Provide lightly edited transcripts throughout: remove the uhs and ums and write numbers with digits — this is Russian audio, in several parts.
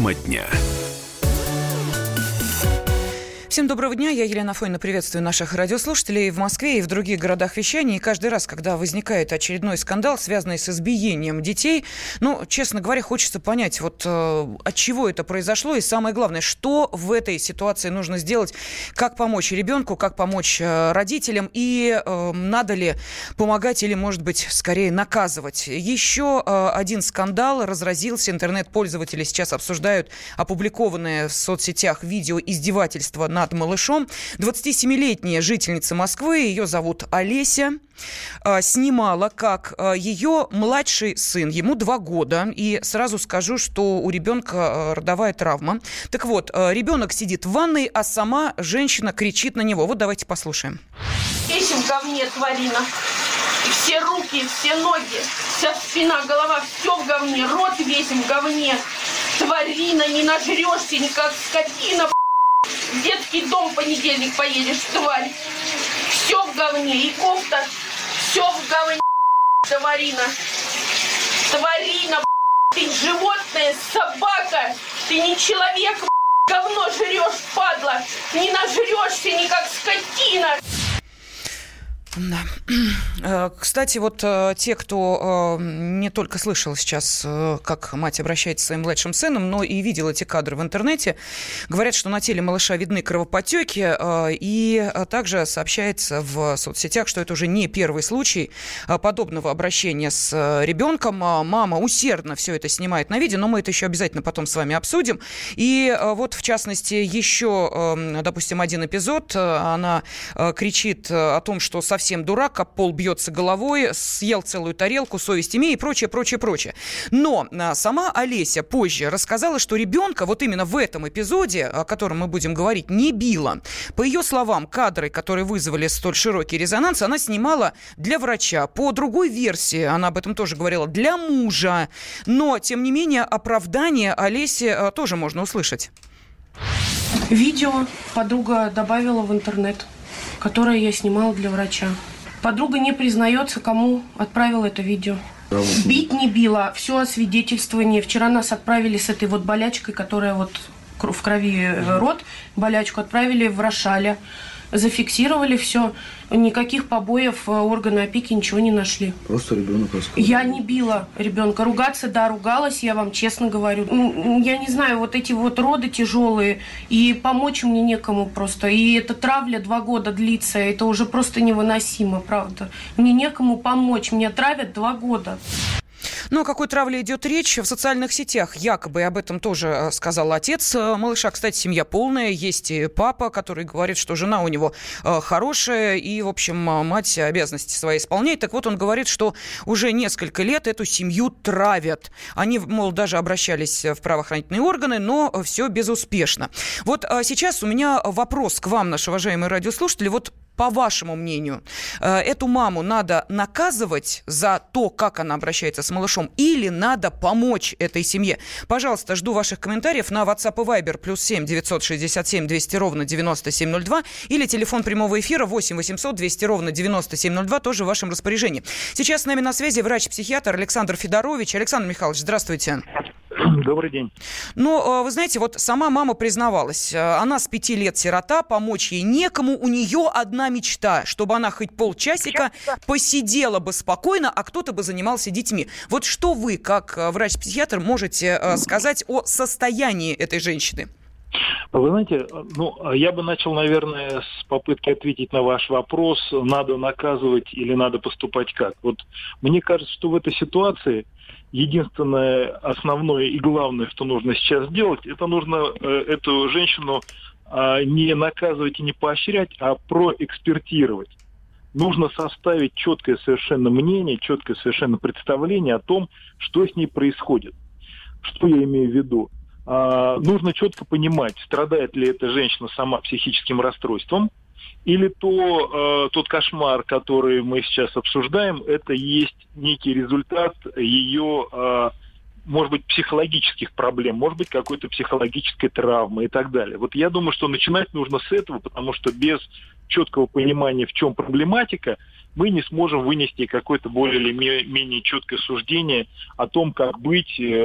Тема дня. Всем доброго дня, я Елена Афонина, приветствую наших радиослушателей в Москве и в других городах вещания. И каждый раз, когда возникает очередной скандал, связанный с избиением детей, честно говоря, хочется понять, от чего это произошло, и самое главное, что в этой ситуации нужно сделать, как помочь ребенку, как помочь родителям, и надо ли помогать или, может быть, скорее наказывать. Еще один скандал разразился, интернет-пользователи сейчас обсуждают опубликованное в соцсетях видео издевательства над малышом. 27-летняя жительница Москвы, ее зовут Олеся, снимала, как ее младший сын, ему 2 года, и сразу скажу, что у ребенка родовая травма. Так вот, ребенок сидит в ванной, а сама женщина кричит на него. Вот давайте послушаем. Весь в говне, тварина. И все руки, все ноги, вся спина, голова, все в говне, рот весь в говне. Тварина, не нажрешься, ни как скотина, в детский дом в понедельник поедешь, тварь. Все в говне, и кофта, все в говне, тварина. Тварина, ты животное, собака, ты не человек, говно жрешь, падла. Не нажрешься, ни как скотина. Да. Кстати, те, кто не только слышал сейчас, как мать обращается с своим младшим сыном, но и видел эти кадры в интернете, говорят, что на теле малыша видны кровоподтеки, и также сообщается в соцсетях, что это уже не первый случай подобного обращения с ребенком. Мама усердно все это снимает на видео, но мы это еще обязательно потом с вами обсудим. И в частности, еще, допустим, один эпизод. Она кричит о том, что совсем дурак, об пол бьется головой, съел целую тарелку, совесть имей и прочее, прочее, прочее. Но сама Олеся позже рассказала, что ребенка именно в этом эпизоде, о котором мы будем говорить, не била. По ее словам, кадры, которые вызвали столь широкий резонанс, она снимала для врача. По другой версии, она об этом тоже говорила, для мужа. Но, тем не менее, оправдание Олеси тоже можно услышать. Видео подруга добавила в интернет, которое я снимала для врача. Подруга не признается, кому отправила это видео. Бить не била, все освидетельствование. Вчера нас отправили с этой болячкой, которая в крови рот, болячку отправили в Рошале. Зафиксировали все. Никаких побоев органы опеки ничего не нашли. Просто ребенок рассказал. Я не била ребенка. Ругаться, да, ругалась, я вам честно говорю. Я не знаю, эти роды тяжелые, и помочь мне некому просто. И эта травля 2 года длится, это уже просто невыносимо, правда. Мне некому помочь, меня травят 2 года. О какой травле идет речь? В социальных сетях якобы об этом тоже сказал отец малыша. Кстати, семья полная. Есть и папа, который говорит, что жена у него хорошая. И, в общем, мать обязанности свои исполняет. Так вот, он говорит, что уже несколько лет эту семью травят. Они, даже обращались в правоохранительные органы, но все безуспешно. Сейчас у меня вопрос к вам, наши уважаемые радиослушатели. По вашему мнению, эту маму надо наказывать за то, как она обращается с малышом, или надо помочь этой семье? Пожалуйста, жду ваших комментариев на WhatsApp и Viber +7 967 200 ровно 9702 или телефон прямого эфира 8 800 200 ровно 9702, тоже в вашем распоряжении. Сейчас с нами на связи врач-психиатр Александр Федорович. Александр Михайлович, здравствуйте. Добрый день. Вы знаете, сама мама признавалась, она с 5 лет сирота, помочь ей некому, у нее одна мечта, чтобы она хоть полчасика посидела бы спокойно, а кто-то бы занимался детьми. Что вы, как врач-психиатр, можете сказать о состоянии этой женщины? Вы знаете, я бы начал, наверное, с попытки ответить на ваш вопрос, надо наказывать или надо поступать как. Мне кажется, что в этой ситуации единственное, основное и главное, что нужно сейчас сделать, это нужно эту женщину не наказывать и не поощрять, а проэкспертировать. Нужно составить четкое совершенно мнение, четкое совершенно представление о том, что с ней происходит. Что я имею в виду? Нужно четко понимать, страдает ли эта женщина сама психическим расстройством, или тот кошмар, который мы сейчас обсуждаем, это есть некий результат ее, может быть, психологических проблем, может быть, какой-то психологической травмы и так далее. Я думаю, что начинать нужно с этого, потому что без четкого понимания, в чем проблематика, мы не сможем вынести какое-то более или менее четкое суждение о том, как быть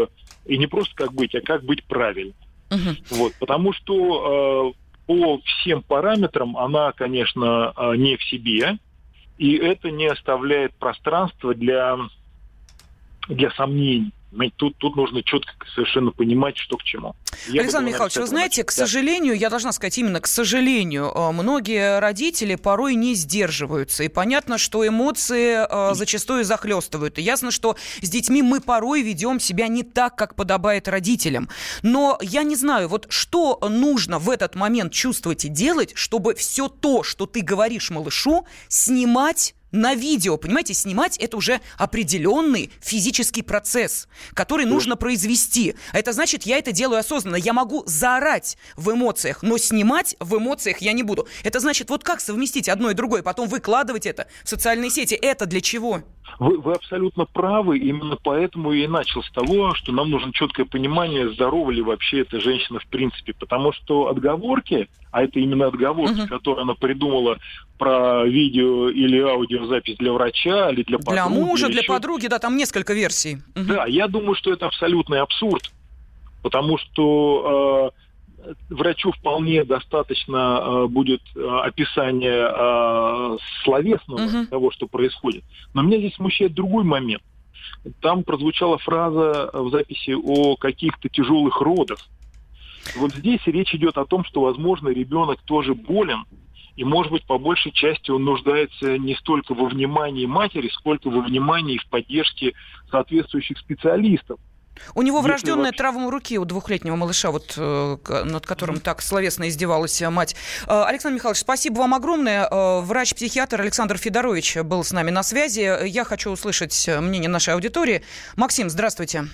И не просто как быть, а как быть правильно. Вот, потому что по всем параметрам она, конечно, не в себе, и это не оставляет пространства для сомнений. Тут нужно четко совершенно понимать, что к чему. Александр Михайлович, вы знаете, к сожалению, я должна сказать именно к сожалению, многие родители порой не сдерживаются. И понятно, что эмоции зачастую захлестывают. И ясно, что с детьми мы порой ведем себя не так, как подобает родителям. Но я не знаю, вот что нужно в этот момент чувствовать и делать, чтобы все то, что ты говоришь малышу, снимать на видео, понимаете, снимать это уже определенный физический процесс, который нужно произвести. А это значит, я это делаю осознанно. Я могу заорать в эмоциях, но снимать в эмоциях я не буду. Это значит, вот как совместить одно и другое, потом выкладывать это в социальные сети. Это для чего? Вы абсолютно правы. Именно поэтому я и начал с того, что нам нужно четкое понимание, здорова ли вообще эта женщина в принципе. Потому что отговорки, а это именно отговорки, которые она придумала про видео или аудиозапись для врача или для подруги. Для мужа, для подруги, да, там несколько версий. Да, я думаю, что это абсолютный абсурд. Потому что врачу вполне достаточно будет описания словесного того, что происходит. Но меня здесь смущает другой момент. Там прозвучала фраза в записи о каких-то тяжелых родах. Вот здесь речь идет о том, что, возможно, ребенок тоже болен, и, может быть, по большей части он нуждается не столько во внимании матери, сколько во внимании и в поддержке соответствующих специалистов. У него врожденная травма руки у 2-летнего малыша, вот, над которым так словесно издевалась мать. Александр Михайлович, спасибо вам огромное. Врач-психиатр Александр Федорович был с нами на связи. Я хочу услышать мнение нашей аудитории. Максим, здравствуйте.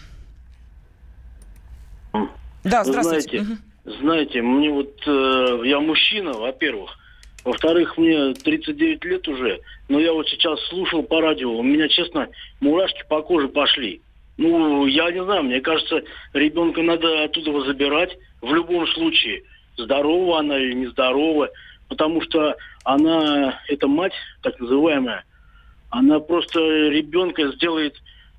Да, здравствуйте. Знаете, мне вот я мужчина, во-первых. Во-вторых, мне 39 лет уже, но я вот сейчас слушал по радио, у меня, честно, мурашки по коже пошли. Ну, я не знаю, мне кажется, ребенка надо оттуда забирать в любом случае. Здорова она или нездорова, потому что она, эта мать, так называемая, она просто ребенка сделает,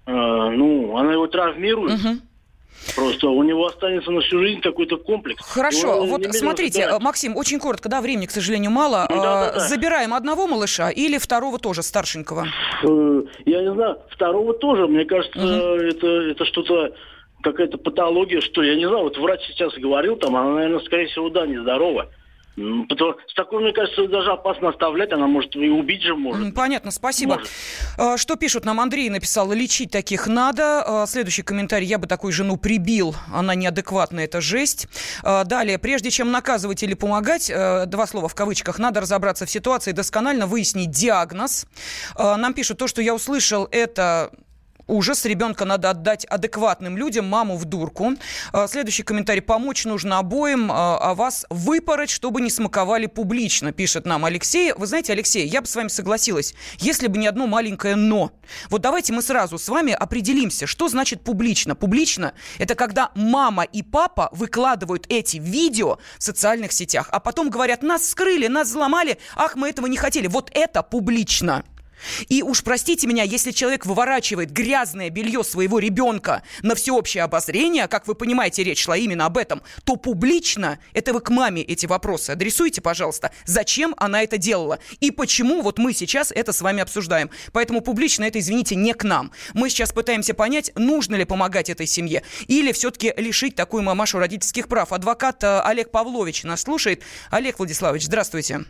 она его травмирует. Просто у него останется на всю жизнь какой-то комплекс. Хорошо, вот смотрите, Максим, очень коротко, да, времени, к сожалению, мало. Да. Забираем одного малыша или второго тоже, старшенького? Я не знаю, второго тоже, мне кажется, это что-то, какая-то патология, что я не знаю, вот врач сейчас говорил, там, она, наверное, скорее всего, да, нездорова. Потому с такой, мне кажется, даже опасно оставлять, она может и убить же может. Понятно, спасибо. Может. Что пишут нам? Андрей написал, лечить таких надо. Следующий комментарий, я бы такую жену прибил, она неадекватная, это жесть. Далее, прежде чем наказывать или помогать, 2 слова в кавычках, надо разобраться в ситуации, досконально выяснить диагноз. Нам пишут, то, что я услышал, это... ужас, ребенка надо отдать адекватным людям, маму в дурку. Следующий комментарий. Помочь нужно обоим, а вас выпороть, чтобы не смаковали публично, пишет нам Алексей. Вы знаете, Алексей, я бы с вами согласилась, если бы не одно маленькое «но». Вот давайте мы сразу с вами определимся, что значит публично. Публично – это когда мама и папа выкладывают эти видео в социальных сетях, а потом говорят, нас скрыли, нас взломали, ах, мы этого не хотели. Вот это публично. И уж простите меня, если человек выворачивает грязное белье своего ребенка на всеобщее обозрение, как вы понимаете, речь шла именно об этом, то публично, это вы к маме эти вопросы адресуйте, пожалуйста, зачем она это делала и почему вот мы сейчас это с вами обсуждаем. Поэтому публично это, извините, не к нам. Мы сейчас пытаемся понять, нужно ли помогать этой семье или все-таки лишить такую мамашу родительских прав. Адвокат Олег Павлович нас слушает. Олег Владиславович, здравствуйте.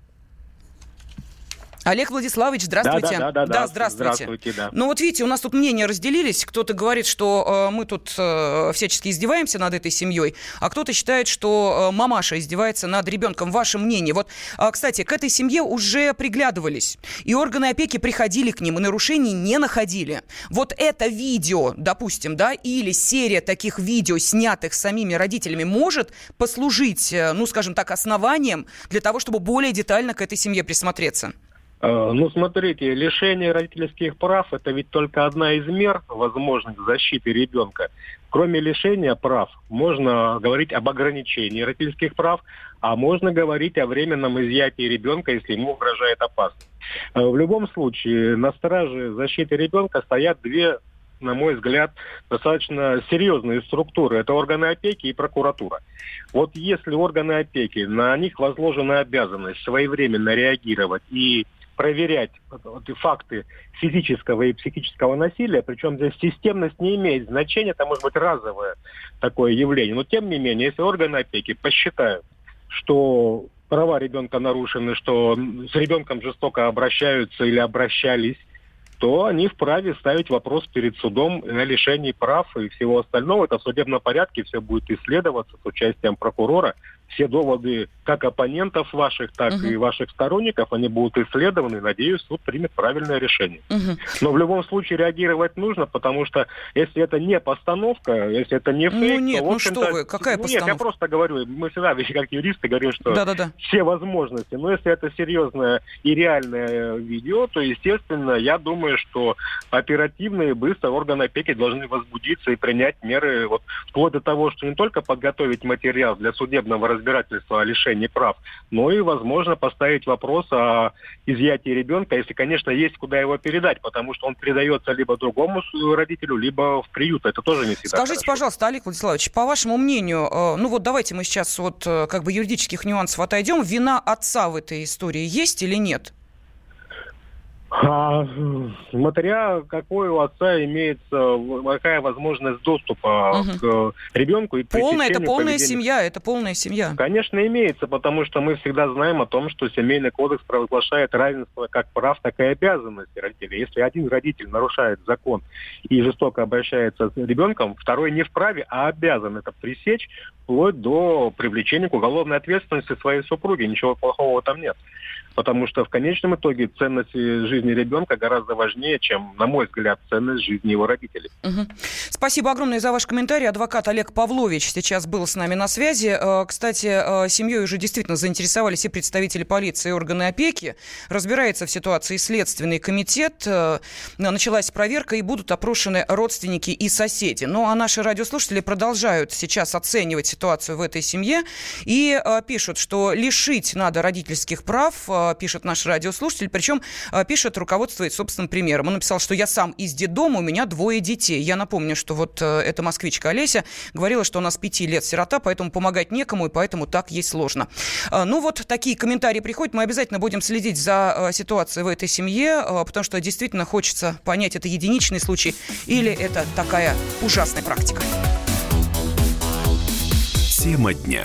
Олег Владиславович, здравствуйте. Да, здравствуйте. Да. Ну вот видите, у нас тут мнения разделились. Кто-то говорит, что мы тут всячески издеваемся над этой семьей, а кто-то считает, что мамаша издевается над ребенком. Ваше мнение. Вот, кстати, к этой семье уже приглядывались. И органы опеки приходили к ним, и нарушений не находили. Вот это видео, допустим, да, или серия таких видео, снятых самими родителями, может послужить, ну, скажем так, основанием для того, чтобы более детально к этой семье присмотреться. Ну, смотрите, лишение родительских прав – это ведь только одна из мер возможных защиты ребенка. Кроме лишения прав, можно говорить об ограничении родительских прав, а можно говорить о временном изъятии ребенка, если ему угрожает опасность. В любом случае, на страже защиты ребенка стоят 2 на мой взгляд, достаточно серьезные структуры. Это органы опеки и прокуратура. Вот если органы опеки, на них возложена обязанность своевременно реагировать и проверять факты физического и психического насилия, причем здесь системность не имеет значения, это может быть разовое такое явление. Но тем не менее, если органы опеки посчитают, что права ребенка нарушены, что с ребенком жестоко обращаются или обращались, то они вправе ставить вопрос перед судом на лишении прав и всего остального. Это в судебном порядке все будет исследоваться с участием прокурора. Все доводы как оппонентов ваших, так и ваших сторонников, они будут исследованы. Надеюсь, суд примет правильное решение. Но в любом случае реагировать нужно, потому что если это не постановка, если это не фейк, нет, то, в общем-то... что вы, какая постановка? Нет, я просто говорю, мы всегда, как юристы, говорим, что все возможности. Но если это серьезное и реальное видео, то, естественно, я думаю, что оперативно и быстро органы опеки должны возбудиться и принять меры, вот, вплоть до того, что не только подготовить материал для судебного разбирательства о лишении прав, но и, возможно, поставить вопрос о изъятии ребенка, если, конечно, есть куда его передать, потому что он передается либо другому родителю, либо в приют. Это тоже не всегда Скажите, хорошо. пожалуйста, Олег Владиславович, по вашему мнению, ну вот давайте мы сейчас от как бы юридических нюансов отойдем, вина отца в этой истории есть или нет? Смотря какой у отца имеется, какая возможность доступа к ребенку и Это полная семья, это полная семья. Конечно, имеется, потому что мы всегда знаем о том, что Семейный кодекс провозглашает равенство как прав, так и обязанностей родителей. Если один родитель нарушает закон и жестоко обращается с ребенком, второй не вправе, а обязан это пресечь, вплоть до привлечения к уголовной ответственности своей супруги. Ничего плохого там нет. Потому что в конечном итоге ценность жизни ребенка гораздо важнее, чем, на мой взгляд, ценность жизни его родителей. Спасибо огромное за ваш комментарий. Адвокат Олег Павлович сейчас был с нами на связи. Кстати, семьей уже действительно заинтересовались и представители полиции, и органы опеки. Разбирается в ситуации Следственный комитет. Началась проверка, и будут опрошены родственники и соседи. Ну, а наши радиослушатели продолжают сейчас оценивать ситуацию в этой семье и пишут, что лишить надо родительских прав, пишет наш радиослушатель, причем пишет, руководствуясь собственным примером. Он написал, что я сам из детдома, у меня 2 детей. Я напомню, что вот эта москвичка Олеся говорила, что у нас 5 лет сирота, поэтому помогать некому, и поэтому так ей сложно. Ну вот такие комментарии приходят. Мы обязательно будем следить за ситуацией в этой семье, потому что действительно хочется понять, это единичный случай или это такая ужасная практика. Тема дня.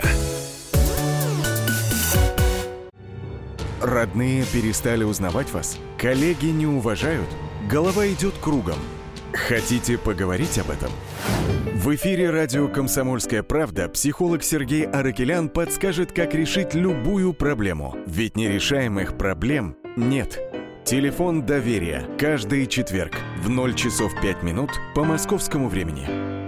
Родные перестали узнавать вас? Коллеги не уважают? Голова идет кругом. Хотите поговорить об этом? В эфире радио «Комсомольская правда» психолог Сергей Аракелян подскажет, как решить любую проблему. Ведь нерешаемых проблем нет. Телефон доверия. Каждый четверг в 0 часов 5 минут по московскому времени.